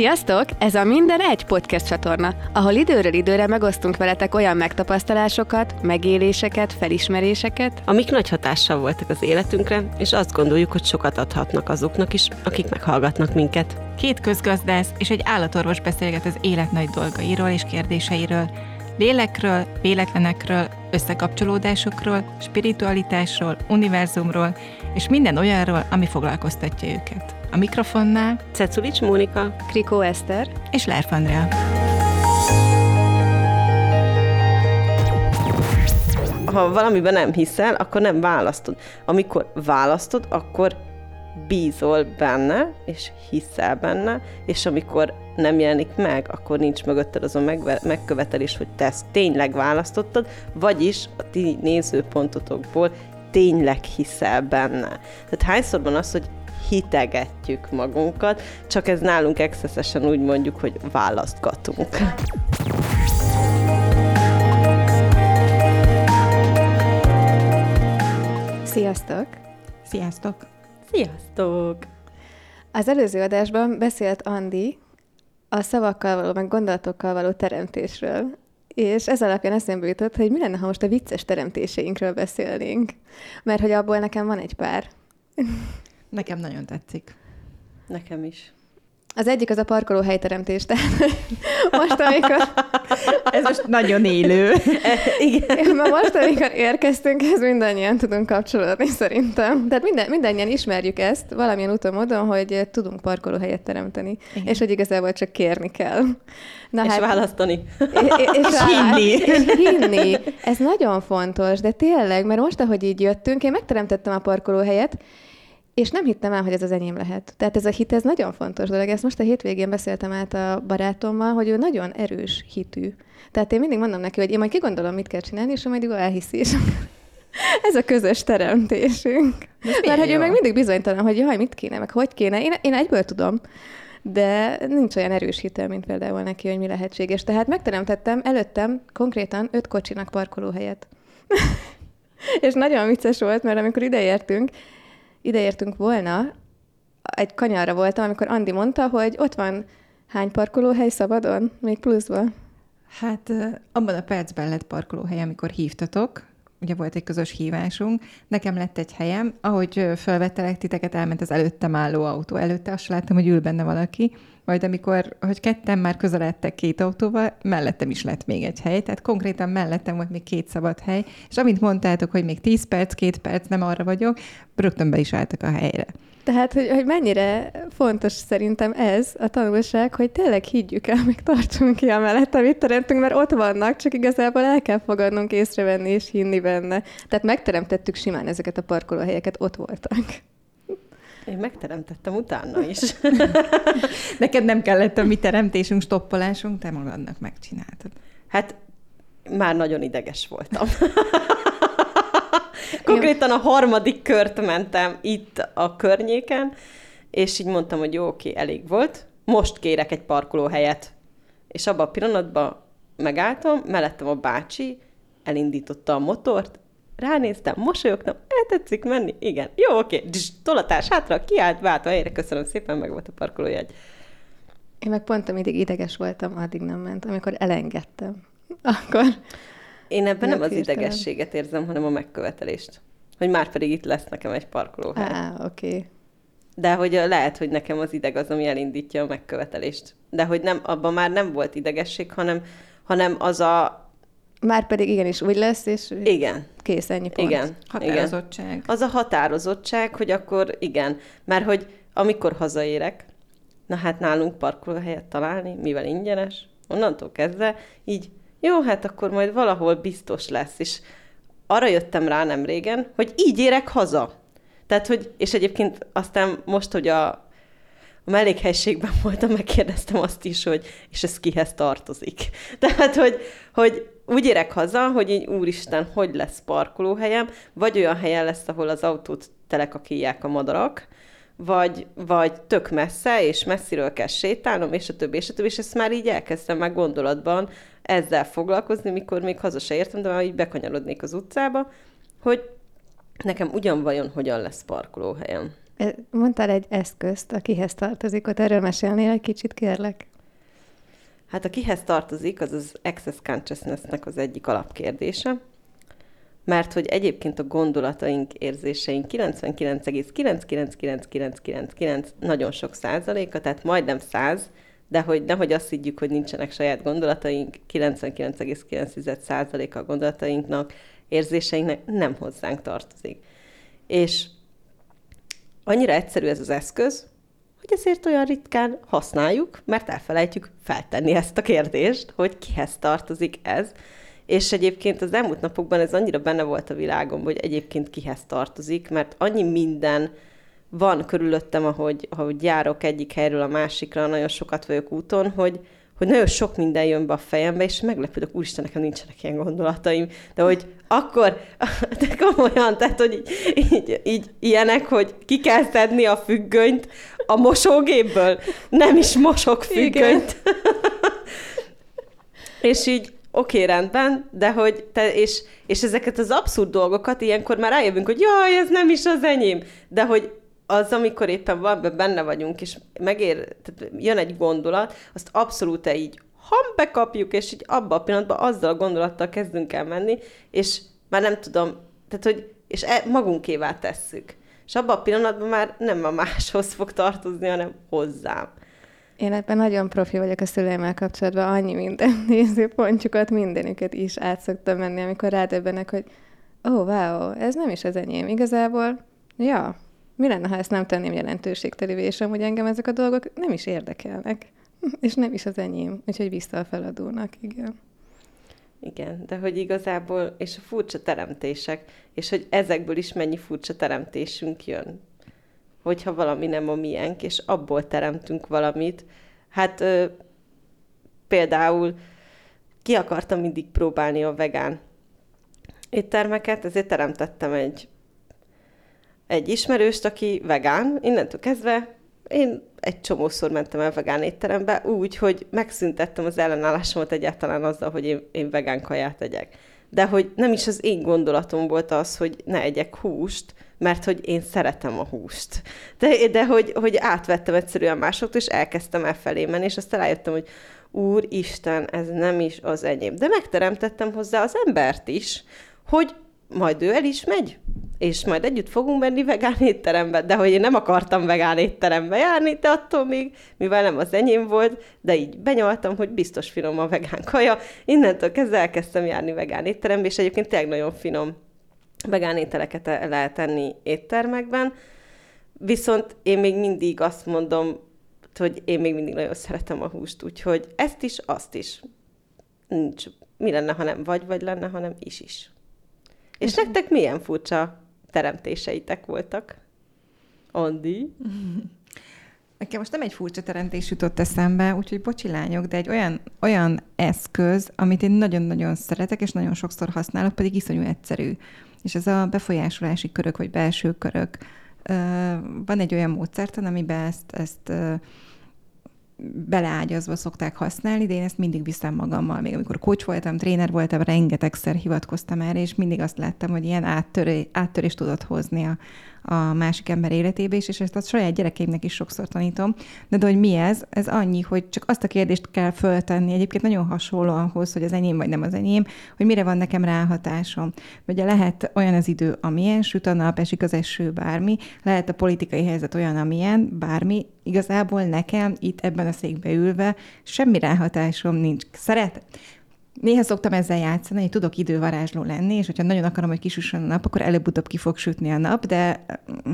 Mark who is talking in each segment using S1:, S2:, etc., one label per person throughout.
S1: Sziasztok! Ez a Minden egy podcast csatorna, ahol időről időre megosztunk veletek olyan megtapasztalásokat, megéléseket, felismeréseket,
S2: amik nagy hatással voltak az életünkre, és azt gondoljuk, hogy sokat adhatnak azoknak is, akik meghallgatnak minket.
S3: Két közgazdász és egy állatorvos beszélget az élet nagy dolgairól és kérdéseiről, lélekről, véletlenekről, összekapcsolódásokról, spiritualitásról, univerzumról, és minden olyanról, ami foglalkoztatja őket. A mikrofonnál
S2: Ceculics Mónika,
S1: Krikó Eszter
S3: és Lerf Andrea.
S2: Ha valamiben nem hiszel, akkor nem választod. Amikor választod, akkor bízol benne, és hiszel benne, és amikor nem jelenik meg, akkor nincs mögötted az a megkövetelés, hogy te ezt tényleg választottad, vagyis a ti nézőpontotokból tényleg hiszel benne. Tehát hányszor van az, hogy hitegetjük magunkat, csak ez nálunk excessesen úgy mondjuk, hogy választgatunk.
S1: Sziasztok!
S3: Sziasztok!
S2: Sziasztok!
S1: Az előző adásban beszélt Andi a szavakkal való, meg gondolatokkal való teremtésről, és ez alapján eszembe jutott, hogy mi lenne, ha most a vicces teremtéseinkről beszélnénk, mert hogy abból nekem van egy pár.
S3: Nekem nagyon tetszik.
S2: Nekem is.
S1: Az egyik az a parkolóhely teremtés, tehát most, amikor...
S3: Ez most nagyon élő.
S1: Igen. Most, amikor érkeztünk, ez mindannyian tudunk kapcsolódni szerintem. Tehát mindannyian ismerjük ezt valamilyen úton módon, hogy tudunk parkolóhelyet teremteni. Igen. És hogy igazából csak kérni kell.
S2: Na, és választani.
S1: És
S3: hinni.
S1: És hinni. Ez nagyon fontos, de tényleg, mert most, ahogy így jöttünk, én megteremtettem a parkolóhelyet, és nem hittem el, hogy ez az enyém lehet. Tehát ez a hit, ez nagyon fontos dolog. Ezt most a hétvégén beszéltem át a barátommal, hogy ő nagyon erős hitű. Tehát én mindig mondom neki, hogy én majd kigondolom, mit kell csinálni, és ő majd elhiszi. És ez a közös teremtésünk. Mert hogy ő meg mindig bizonytalan, hogy jaj, mit kéne, meg hogy kéne. Én egyből tudom, de nincs olyan erős hitel, mint például neki, hogy mi lehetséges. Tehát megteremtettem előttem konkrétan 5 kocsinak parkolóhelyet. És nagyon vicces volt, mert amikor ideértünk volna, egy kanyarra voltam, amikor Andi mondta, hogy ott van hány parkolóhely szabadon, még pluszban?
S3: Hát abban a percben lett parkolóhely, amikor hívtatok, ugye volt egy közös hívásunk, nekem lett egy helyem, ahogy felvettelek titeket, elment az előttem álló autó. Előtte azt láttam, hogy ül benne valaki, majd amikor, hogy ketten már közeledtek 2 autóval, mellettem is lett még egy hely, tehát konkrétan mellettem volt még 2 szabad hely, és amint mondtátok, hogy még 10 perc, 2 perc, nem arra vagyok, rögtön be is álltak a helyre.
S1: Tehát, hogy mennyire fontos szerintem ez a tanulság, hogy tényleg higgyük el, meg tartsunk ki amellett, amit teremtünk, mert ott vannak, csak igazából el kell fogadnunk, észrevenni és hinni benne. Tehát megteremtettük simán ezeket a parkolóhelyeket, ott voltak.
S2: Én megteremtettem utána is.
S3: Neked nem kellett a mi teremtésünk, stoppolásunk, te magadnak megcsináltad.
S2: Hát már nagyon ideges voltam. Konkrétan a 3. kört mentem itt a környéken, és így mondtam, hogy jó, oké, elég volt, most kérek egy parkolóhelyet. És abban a pillanatban megálltam, mellettem a bácsi, elindította a motort, ránéztem, mosolyogtam, tetszik menni? Igen. Jó, oké. Tolatás hátra, kiállt, vált a helyre, köszönöm szépen, meg volt a parkolójegy.
S1: Én meg pont amíg ideges voltam, addig nem ment. Amikor elengedtem, akkor...
S2: Én ebben nem az idegességet érzem, hanem a megkövetelést. Hogy már pedig itt lesz nekem egy parkolóhely.
S1: Oké.
S2: De hogy lehet, hogy nekem az ideg az, ami elindítja a megkövetelést. De hogy nem, abban már nem volt idegesség, hanem az a...
S1: Már pedig igenis úgy lesz, és
S2: igen.
S1: Kész, ennyi pont.
S2: Igen.
S3: Határozottság.
S2: Igen. Az a határozottság, hogy akkor igen. Mert hogy amikor hazaérek, na hát nálunk parkolóhelyet találni, mivel ingyenes, onnantól kezdve így, jó, hát akkor majd valahol biztos lesz. És arra jöttem rá nem régen, hogy így érek haza. Tehát, hogy, és egyébként aztán most, hogy a mellékhelységben voltam, megkérdeztem azt is, hogy és ez kihez tartozik. Tehát, hogy úgy érek haza, hogy így úristen, hogy lesz parkolóhelyem, vagy olyan helyen lesz, ahol az autót telekakíják a madarak, vagy tök messze, és messziről kell sétálnom, és a többi, és ezt már így elkezdtem már gondolatban ezzel foglalkozni, mikor még haza se értem, de már így bekanyarodnék az utcába, hogy nekem ugyan vajon hogyan lesz parkolóhelyem.
S1: Mondtál egy eszközt, a kihez tartozik, ott erről mesélnél egy kicsit, kérlek?
S2: Hát a kihez tartozik, az az Access Consciousness-nek az egyik alapkérdése, mert hogy egyébként a gondolataink, érzéseink 99,999999 nagyon sok százaléka, tehát majdnem 100, de hogy nehogy azt higgyük, hogy nincsenek saját gondolataink, 99,9% a gondolatainknak, érzéseinknek nem hozzánk tartozik. És annyira egyszerű ez az eszköz, hogy ezért olyan ritkán használjuk, mert elfelejtjük feltenni ezt a kérdést, hogy kihez tartozik ez. És egyébként az elmúlt napokban ez annyira benne volt a világomban, hogy egyébként kihez tartozik, mert annyi minden van körülöttem, ahogy járok egyik helyről a másikra, nagyon sokat vagyok úton, hogy nagyon sok minden jön be a fejembe, és meglepődök, úristen, nekem nincsenek ilyen gondolataim, de hogy akkor, de komolyan, tehát, hogy így ilyenek, hogy ki kell szedni a függönyt a mosógépből, nem is mosok függönyt. És így, oké, rendben, de hogy és ezeket az abszurd dolgokat ilyenkor már rájövünk, hogy jaj, ez nem is az enyém, de hogy az, amikor éppen benne vagyunk, és tehát jön egy gondolat, azt abszolút így bekapjuk, és így abban a pillanatban azzal a gondolattal kezdünk el menni, és már nem tudom, tehát hogy, és magunkévá tesszük. És abban a pillanatban már nem a máshoz fog tartozni, hanem hozzám.
S1: Én ebben nagyon profi vagyok a szüleimmel kapcsolatban, annyi minden nézőpontjukat, mindenüket is át szoktam menni, amikor rádöbbenek, hogy wow, ez nem is az enyém. Igazából, ja, mi lenne, ha ezt nem tenném jelentőségtelivé, és amúgy engem ezek a dolgok nem is érdekelnek, és nem is az enyém, úgyhogy vissza a feladónak, igen.
S2: Igen, de hogy igazából, és a furcsa teremtések, és hogy ezekből is mennyi furcsa teremtésünk jön. Hogyha valami nem a miénk, és abból teremtünk valamit. Hát például ki akartam mindig próbálni a vegán éttermeket, ezért teremtettem egy ismerőst, aki vegán. Innentől kezdve én egy csomószor mentem el vegán étterembe, úgy, hogy megszüntettem az ellenállásomat egyáltalán azzal, hogy én vegán kaját egyek. De hogy nem is az én gondolatom volt az, hogy ne egyek húst, mert hogy én szeretem a húst. De hogy átvettem egyszerűen másoktól, és elkezdtem elfelé menni, és aztán rájöttem, hogy Úristen, ez nem is az enyém. De megteremtettem hozzá az embert is, hogy majd ő el is megy, és majd együtt fogunk menni vegán étterembe, de hogy én nem akartam vegán étterembe járni, de attól még, mivel nem az enyém volt, de így benyaltam, hogy biztos finom a vegán kaja, innentől kezdve elkezdtem járni vegán étterembe, és egyébként tényleg nagyon finom vegán ételeket lehet enni éttermekben, viszont én még mindig azt mondom, hogy én még mindig nagyon szeretem a húst, úgyhogy ezt is, azt is. Nincs. Mi lenne, ha nem vagy lenne, hanem is. És nektek milyen furcsa teremtéseitek voltak? Andi?
S3: Nekem most nem egy furcsa teremtés jutott eszembe, úgyhogy bocsi lányok, de egy olyan eszköz, amit én nagyon-nagyon szeretek, és nagyon sokszor használok, pedig iszonyú egyszerű. És ez a befolyásolási körök, vagy belső körök. Van egy olyan módszertan, amiben ezt beleágyazva szokták használni, de én ezt mindig viszem magammal. Még amikor coach voltam, tréner voltam, rengetegszer hivatkoztam erre, és mindig azt láttam, hogy ilyen áttörést tudott hozni a másik ember életébe is, és ezt a saját gyerekeimnek is sokszor tanítom. De hogy mi ez? Ez annyi, hogy csak azt a kérdést kell föltenni, egyébként nagyon hasonló ahhoz, hogy az enyém vagy nem az enyém, hogy mire van nekem ráhatásom. Ugye lehet olyan az idő, amilyen, süt a nap, esik az eső, bármi, lehet a politikai helyzet olyan, amilyen, bármi, igazából nekem itt ebben a székbe ülve semmi ráhatásom nincs. Néha szoktam ezzel játszani, hogy tudok idővarázsló lenni, és hogyha nagyon akarom, hogy kisüssön a nap, akkor előbb-utóbb ki fog sütni a nap, de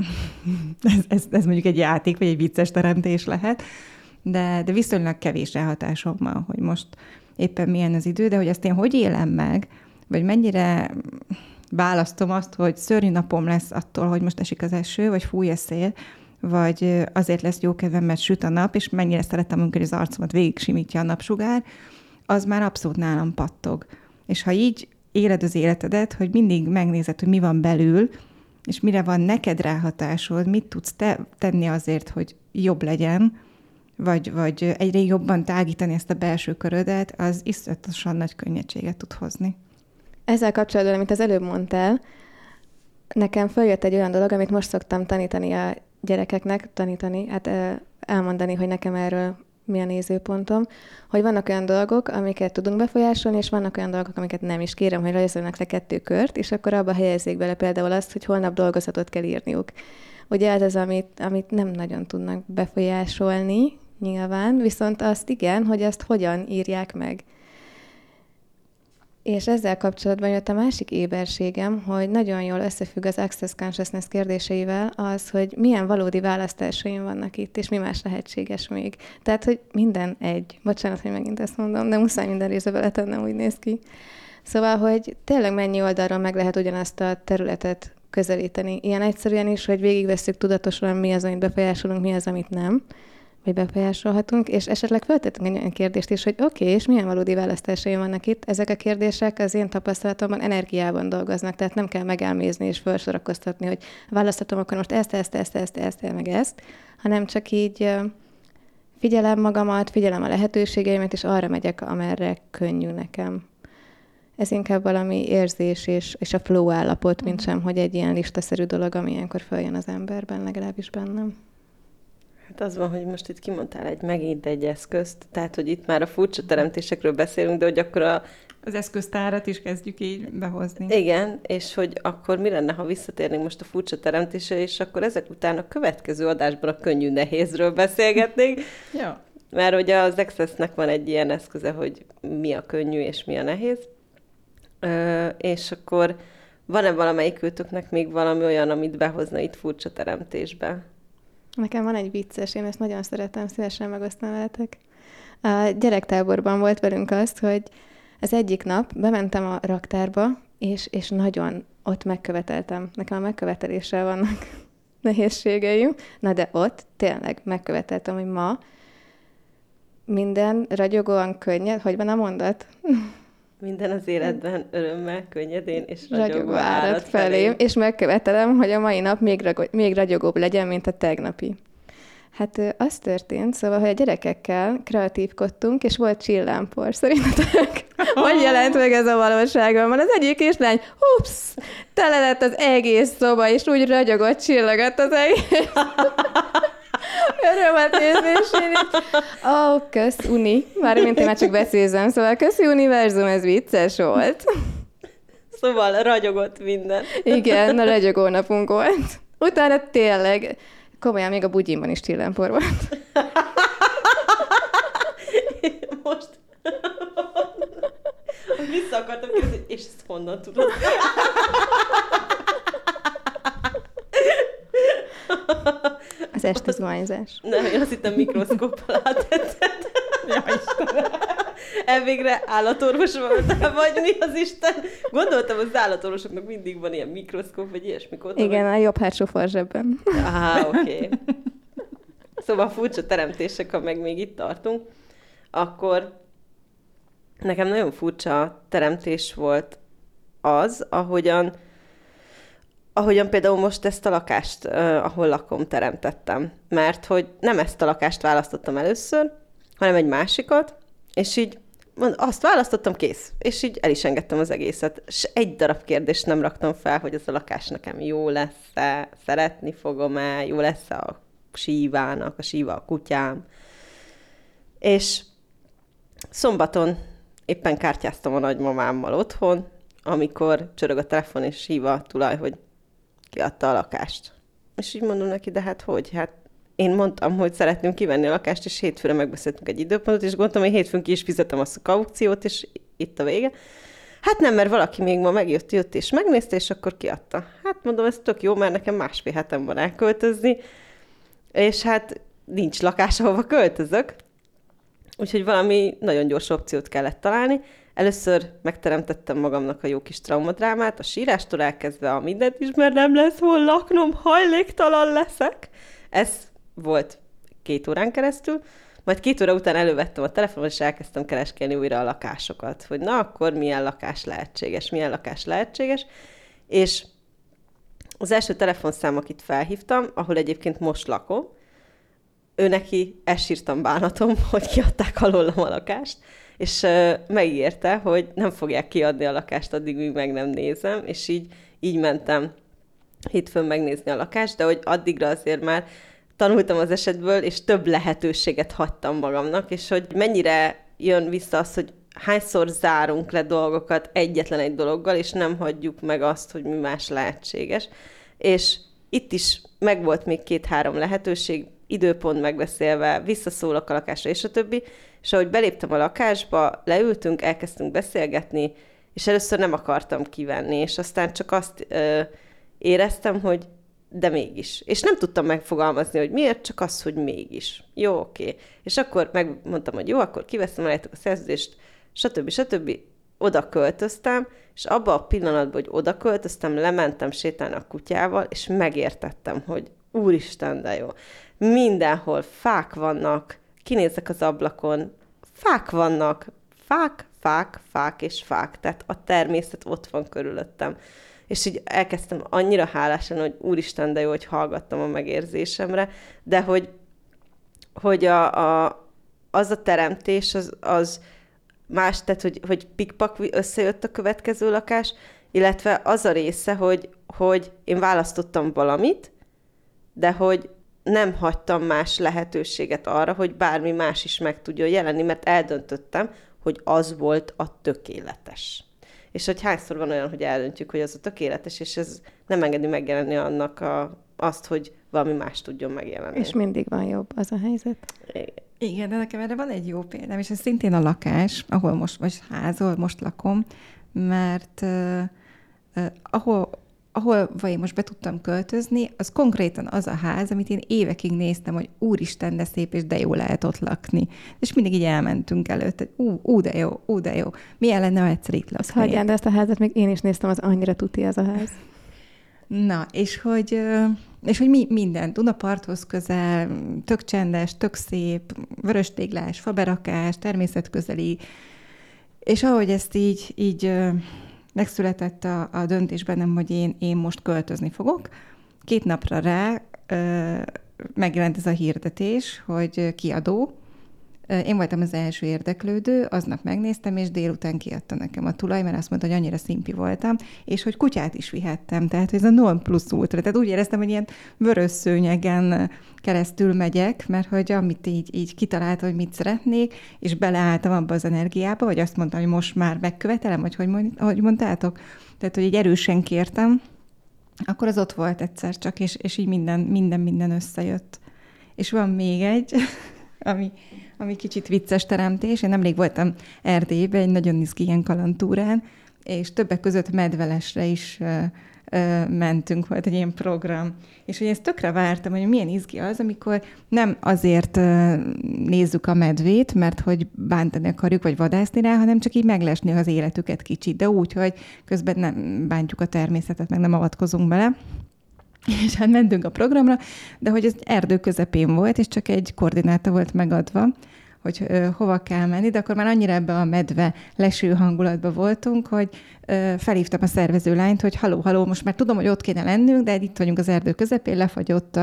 S3: ez mondjuk egy játék, vagy egy vicces teremtés lehet, de viszonylag kevés ráhatásom van, hogy most éppen milyen az idő, de hogy ezt én hogy élem meg, vagy mennyire választom azt, hogy szörnyű napom lesz attól, hogy most esik az eső, vagy fúj a szél, vagy azért lesz jó kedvem, mert süt a nap, és mennyire szeretem, amikor az arcomat végig simítja a napsugár, az már abszolút nálam pattog. És ha így éled az életedet, hogy mindig megnézed, hogy mi van belül, és mire van neked ráhatásod, mit tudsz te tenni azért, hogy jobb legyen, vagy egyre jobban tágítani ezt a belső körödet, az iszonyatosan nagy könnyedséget tud hozni.
S1: Ezzel kapcsolatban, amit az előbb mondtál, nekem följött egy olyan dolog, amit most szoktam tanítani a gyerekeknek tanítani, hát elmondani, hogy nekem erről mi a nézőpontom, hogy vannak olyan dolgok, amiket tudunk befolyásolni, és vannak olyan dolgok, amiket nem is. Kérem, hogy rajzoljanak le 2 kört, és akkor abba helyezzék bele például azt, hogy holnap dolgozatot kell írniuk. Ugye ez az, amit nem nagyon tudnak befolyásolni, nyilván, viszont azt igen, hogy azt hogyan írják meg. És ezzel kapcsolatban jött a másik éberségem, hogy nagyon jól összefügg az Access Consciousness kérdéseivel az, hogy milyen valódi választásaim vannak itt, és mi más lehetséges még. Tehát, hogy minden egy. Bocsánat, hogy megint ezt mondom, de muszáj minden részbe beletennem, úgy néz ki. Szóval, hogy tényleg mennyi oldalról meg lehet ugyanazt a területet közelíteni. Ilyen egyszerűen is, hogy végigvesszük tudatosan, mi az, amit befolyásolunk, mi az, amit nem, vagy befolyásolhatunk, és esetleg feltettünk egy olyan kérdést is, hogy oké, és milyen valódi választásaim vannak itt. Ezek a kérdések az én tapasztalatomban energiában dolgoznak, tehát nem kell megelmézni és felsorakoztatni, hogy választhatom akkor most ezt, meg ezt, hanem csak így figyelem magamat, figyelem a lehetőségeimet, és arra megyek, amerre könnyű nekem. Ez inkább valami érzés és a flow állapot, mint sem, hogy egy ilyen listaszerű dolog, ami ilyenkor följön az emberben, legalábbis bennem.
S2: Hát az van, hogy most itt kimondtál megint egy eszközt, tehát, hogy itt már a furcsa teremtésekről beszélünk, de hogy akkor
S3: az eszköztárat is kezdjük így behozni.
S2: Igen, és hogy akkor mi lenne, ha visszatérnénk most a furcsa teremtésre, és akkor ezek után a következő adásban a könnyű nehézről beszélgetnénk.
S3: Ja.
S2: Mert ugye az Accessnek van egy ilyen eszköze, hogy mi a könnyű és mi a nehéz. És akkor van-e valamelyikőtöknek még valami olyan, amit behozna itt furcsa teremtésbe?
S1: Nekem van egy vicces, én ezt nagyon szeretem, szívesen megosztom veletek. A gyerektáborban volt velünk azt, hogy az egyik nap bementem a raktárba, és nagyon ott megköveteltem. Nekem a megköveteléssel vannak nehézségeim. Na de ott tényleg megköveteltem, hogy ma minden ragyogóan könnyed. Hogy van a mondat?
S2: Minden az életben örömmel, könnyedén és
S1: ragyogó árad felém. És megkövetelem, hogy a mai nap még ragyogóbb legyen, mint a tegnapi. Hát az történt, szóval, hogy a gyerekekkel kreatívkodtunk, és volt csillámpor. Szerintetek, hogy jelent meg ez a valóságban? Az egyik kislány, tele lett az egész szoba, és úgy ragyogott, csillogott az egész. Örömet nézni, és én így, kösz, uni. Mármint én már csak beszélzem, szóval köszi, univerzum, ez vicces volt.
S2: Szóval ragyogott minden.
S1: Igen, a ragyogó napunk volt. Utána tényleg, komolyan még a bugyimban is csillámpor volt.
S2: Most vissza akartam kérdezni, és ezt honnan tudod?
S1: Az esti zuhanyzás.
S2: Nem, én azt hittem mikroszkóppal átetted.
S3: Ja, Istenem.
S2: Elvégre állatorvos voltál, vagy mi az Isten? Gondoltam, az állatorvosoknak mindig van ilyen mikroszkóp, vagy ilyesmik ott.
S1: Igen, a jobb hátsó farzsebben.
S2: Oké. Szóval furcsa teremtések, ha meg még itt tartunk, akkor nekem nagyon furcsa teremtés volt az, ahogyan például most ezt a lakást, ahol lakom, teremtettem. Mert hogy nem ezt a lakást választottam először, hanem egy másikat, és így azt választottam, kész. És így el is engedtem az egészet. És egy darab kérdést nem raktam fel, hogy ez a lakás nekem jó lesz-e, szeretni fogom-e, jó lesz-e a sívának, a síva a kutyám. És szombaton éppen kártyáztam a nagymamámmal otthon, amikor csörög a telefon, és hív a tulaj, hogy kiadta a lakást. És így mondom neki, de hát hogy? Hát én mondtam, hogy szeretném kivenni a lakást, és hétfőre megbeszéltünk egy időpontot, és gondoltam, hogy hétfőn ki is fizetem azt a kaukciót, és itt a vége. Hát nem, mert valaki még ma jött és megnézte, és akkor kiadta. Hát mondom, ez tök jó, mert nekem 1,5 hetem van elköltözni, és hát nincs lakás, ahova költözök. Úgyhogy valami nagyon gyors opciót kellett találni. Először megteremtettem magamnak a jó kis traumadrámát, a sírástól elkezdve a mindent is, mert nem lesz hol laknom, hajléktalan leszek. Ez volt 2 órán keresztül, majd 2 óra után elővettem a telefonon, és elkezdtem keresgélni újra a lakásokat, hogy na, akkor milyen lakás lehetséges. És az első telefonszám, akit felhívtam, ahol egyébként most lakom, ő neki sírtam bánatom, hogy kiadták alólam a lakást, és megígérte, hogy nem fogják kiadni a lakást addig, míg meg nem nézem, és így mentem hétfőn megnézni a lakást, de hogy addigra azért már tanultam az esetből, és több lehetőséget hagytam magamnak, és hogy mennyire jön vissza az, hogy hányszor zárunk le dolgokat egyetlen egy dologgal, és nem hagyjuk meg azt, hogy mi más lehetséges. És itt is megvolt még 2-3 lehetőség, időpont megbeszélve, visszaszólok a lakásra, és a többi. És ahogy beléptem a lakásba, leültünk, elkezdtünk beszélgetni, és először nem akartam kivenni, és aztán csak azt éreztem, hogy de mégis. És nem tudtam megfogalmazni, hogy miért, csak az, hogy mégis. Jó, oké. És akkor megmondtam, hogy jó, akkor kiveszem, aláírtuk a szerződést, stb. Oda költöztem, és abban a pillanatban, hogy oda költöztem, lementem sétálni a kutyával, és megértettem, hogy úristen, de jó. Mindenhol fák vannak, kinézek az ablakon, fák vannak, fák és fák. Tehát a természet ott van körülöttem. És így elkezdtem annyira hálás lenni, hogy úristen, de jó, hogy hallgattam a megérzésemre, de hogy az a teremtés, az más, tehát hogy pikpak összejött a következő lakás, illetve az a része, hogy én választottam valamit, de hogy nem hagytam más lehetőséget arra, hogy bármi más is meg tudjon jelenni, mert eldöntöttem, hogy az volt a tökéletes. És hogy hányszor van olyan, hogy eldöntjük, hogy az a tökéletes, és ez nem engedi megjelenni annak azt, hogy valami más tudjon megjelenni.
S1: És mindig van jobb az a helyzet.
S3: Igen, de nekem erre van egy jó példám, és ez szintén a lakás, ahol most, vagy ház, ahol most lakom, mert ahol én most be tudtam költözni, az konkrétan az a ház, amit én évekig néztem, hogy úristen, de szép, és de jó lehet ott lakni. És mindig így elmentünk előtt, hogy de jó. Milyen lenne, ha egyszer itt lakni?
S1: Azt hagyján, de ezt a házat még én is néztem, az annyira tuti az a ház.
S3: Na, és hogy minden, Dunaparthoz közel, tök csendes, tök szép, vöröstéglás, faberakás, természetközeli, és ahogy ezt így megszületett a döntés bennem, hogy én most költözni fogok, 2 napra rá megjelent ez a hirdetés, hogy kiadó. Én voltam az első érdeklődő, aznap megnéztem, és délután kiadta nekem a tulaj, mert azt mondta, hogy annyira szimpi voltam, és hogy kutyát is vihettem, tehát ez a non plus ultra. Tehát úgy éreztem, hogy ilyen vörös szőnyegen keresztül megyek, mert hogy amit így kitaláltam, hogy mit szeretnék, és beleálltam abba az energiába, vagy azt mondtam, hogy most már megkövetelem, vagy hogy mondtátok? Tehát, hogy így erősen kértem, akkor az ott volt egyszer csak, és így minden összejött. És van még egy, ami kicsit vicces teremtés. Én nemrég voltam Erdélyben, egy nagyon izgi ilyen kalandtúrán, és többek között medvelesre is mentünk, volt egy ilyen program. És hogy ezt tökre vártam, hogy milyen izgi az, amikor nem azért nézzük a medvét, mert hogy bántani akarjuk, vagy vadászni rá, hanem csak így meglesni az életüket kicsit, de úgy, hogy közben nem bántjuk a természetet, meg nem avatkozunk bele. És hát mentünk a programra, de hogy ez erdő közepén volt, és csak egy koordináta volt megadva, hogy hova kell menni, de akkor már annyira ebbe a medve leső hangulatban voltunk, hogy felhívtam a szervezőlányt, hogy haló, most már tudom, hogy ott kéne lennünk, de itt vagyunk az erdő közepén, lefagyott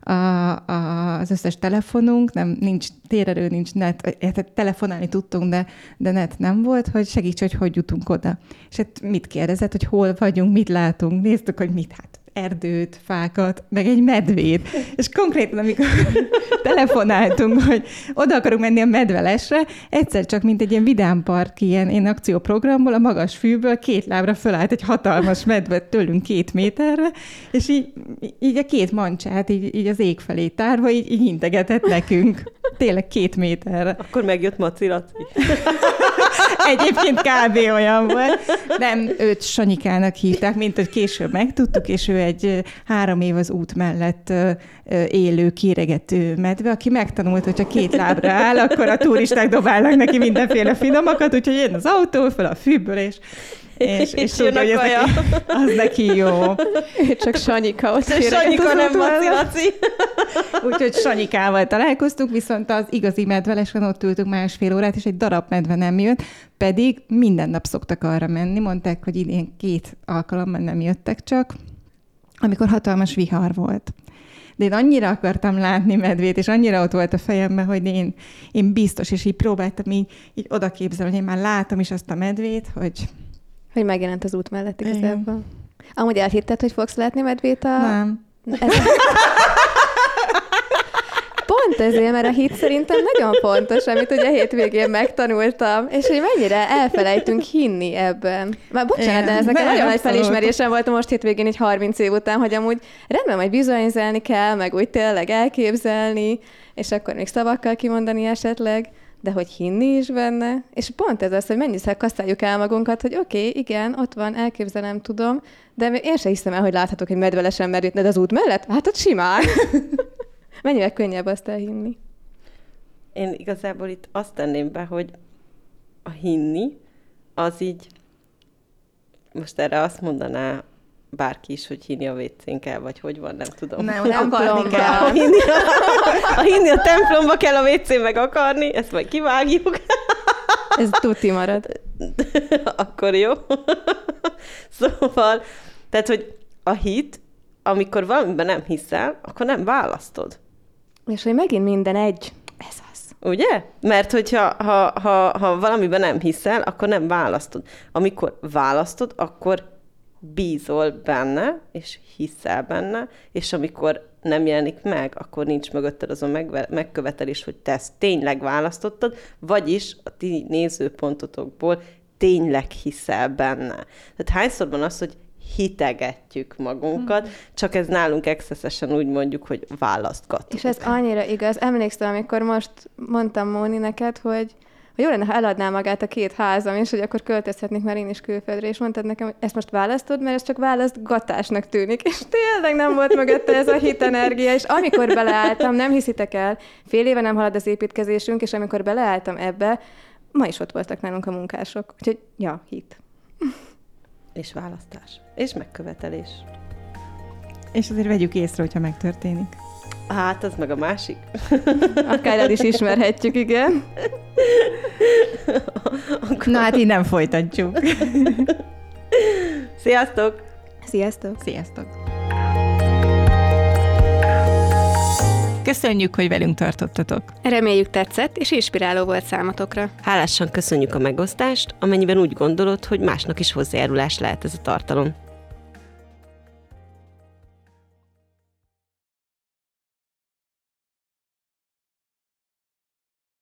S3: az összes telefonunk, nincs térerő, nincs net, tehát telefonálni tudtunk, de net nem volt, hogy segíts, hogy jutunk oda. És hát mit kérdezett, hogy hol vagyunk, mit látunk, néztük, hogy mit, hát erdőt, fákat, meg egy medvét. És konkrétan, amikor telefonáltunk, hogy oda akarunk menni a medvelesre, egyszer csak, mint egy ilyen vidámpark, ilyen akcióprogramból, a magas fűből 2 lábra fölállt egy hatalmas medve tőlünk 2 méterre, és így a 2 mancsát így az ég felé tárva, így integetett nekünk. Tényleg 2 méterre.
S2: Akkor megjött Maci Laci.
S3: Egyébként kb. Olyan volt. Nem, őt Sanyikának hívták, mint hogy később megtudtuk, és ő egy 3 év az út mellett élő, kéregető medve, aki megtanult, hogyha 2 lábra áll, akkor a turisták dobálnak neki mindenféle finomakat, úgyhogy jön az autó fel a fűből, és
S2: jön a kaja.
S3: Az neki jó.
S1: Csak Sanyika ott
S2: Sanyika, nem Maci Laci.
S3: Úgyhogy Sanyikával találkoztunk, viszont az igazi medvelesen ott ültünk 1,5 órát, és egy darab medve nem jött, pedig minden nap szoktak arra menni. Mondták, hogy idén 2 alkalommal nem jöttek csak, amikor hatalmas vihar volt. De én annyira akartam látni medvét, és annyira ott volt a fejemben, hogy én biztos, és így próbáltam így odaképzelni, hogy én már látom is azt a medvét, hogy
S1: megjelent az út mellett igazából. Amúgy elhitted, hogy fogsz látni medvét
S3: Nem.
S1: Pont ezért, mert a hit szerintem nagyon fontos, amit ugye hétvégén megtanultam, és hogy mennyire elfelejtünk hinni ebben. Már bocsánat, de ez nekem nagyon nagy felismerésem volt most hétvégén, így 30 év után, hogy amúgy rendben, majd bizonyzálni kell, meg úgy tényleg elképzelni, és akkor még szavakkal kimondani esetleg, de hogy hinni is benne. És pont ez az, hogy mennyiszer kasztáljuk el magunkat, hogy oké, igen, ott van, elképzelem, tudom, de én sem hiszem el, hogy láthatok egy medvelesen merítned az út mellett, hát ott simán. Mennyivel könnyebb azt elhinni?
S2: Én igazából itt azt tenném be, hogy a hinni, az így, most erre azt mondaná bárki is, hogy hinni a WC-n kell, vagy hogy van, nem tudom.
S3: Nem akarni kell.
S2: A hinni a templomba kell, a WC-n meg akarni, ezt majd kivágjuk.
S1: Ez tuti marad.
S2: Akkor jó. Szóval, tehát, hogy a hit, amikor valamiben nem hiszel, akkor nem választod.
S1: És hogy megint minden egy. Ez az.
S2: Ugye? Mert hogyha ha valamiben nem hiszel, akkor nem választod. Amikor választod, akkor bízol benne, és hiszel benne, és amikor nem jelenik meg, akkor nincs mögötted az a megkövetelés, hogy te ezt tényleg választottad, vagyis a ti nézőpontotokból tényleg hiszel benne. Tehát hányszor van az, hogy hitegetjük magunkat, csak ez nálunk excessesen úgy mondjuk, hogy választgatunk.
S1: És ez annyira igaz. Emlékszem, amikor most mondtam Móni neked, hogy jó lenne, ha eladná magát a 2 házam, és hogy akkor költözhetnék már én is külföldre, és mondtad nekem, hogy ezt most választod, mert ez csak választgatásnak tűnik, és tényleg nem volt mögötte ez a hitenergia, és amikor beleálltam, nem hiszitek el, fél éve nem halad az építkezésünk, és amikor beleálltam ebbe, ma is ott voltak nálunk a munkások. Úgyhogy, ja, hit.
S2: És választás. És megkövetelés.
S3: És azért vegyük észre, hogyha megtörténik.
S2: Hát, az meg a másik.
S1: Akár el is ismerhetjük, igen.
S3: Na hát innen folytatjuk.
S2: Sziasztok!
S1: Sziasztok!
S3: Sziasztok! Köszönjük, hogy velünk tartottatok.
S1: Reméljük tetszett, és inspiráló volt számotokra.
S2: Hálásan köszönjük a megosztást, amennyiben úgy gondolod, hogy másnak is hozzájárulás lehet ez a tartalom.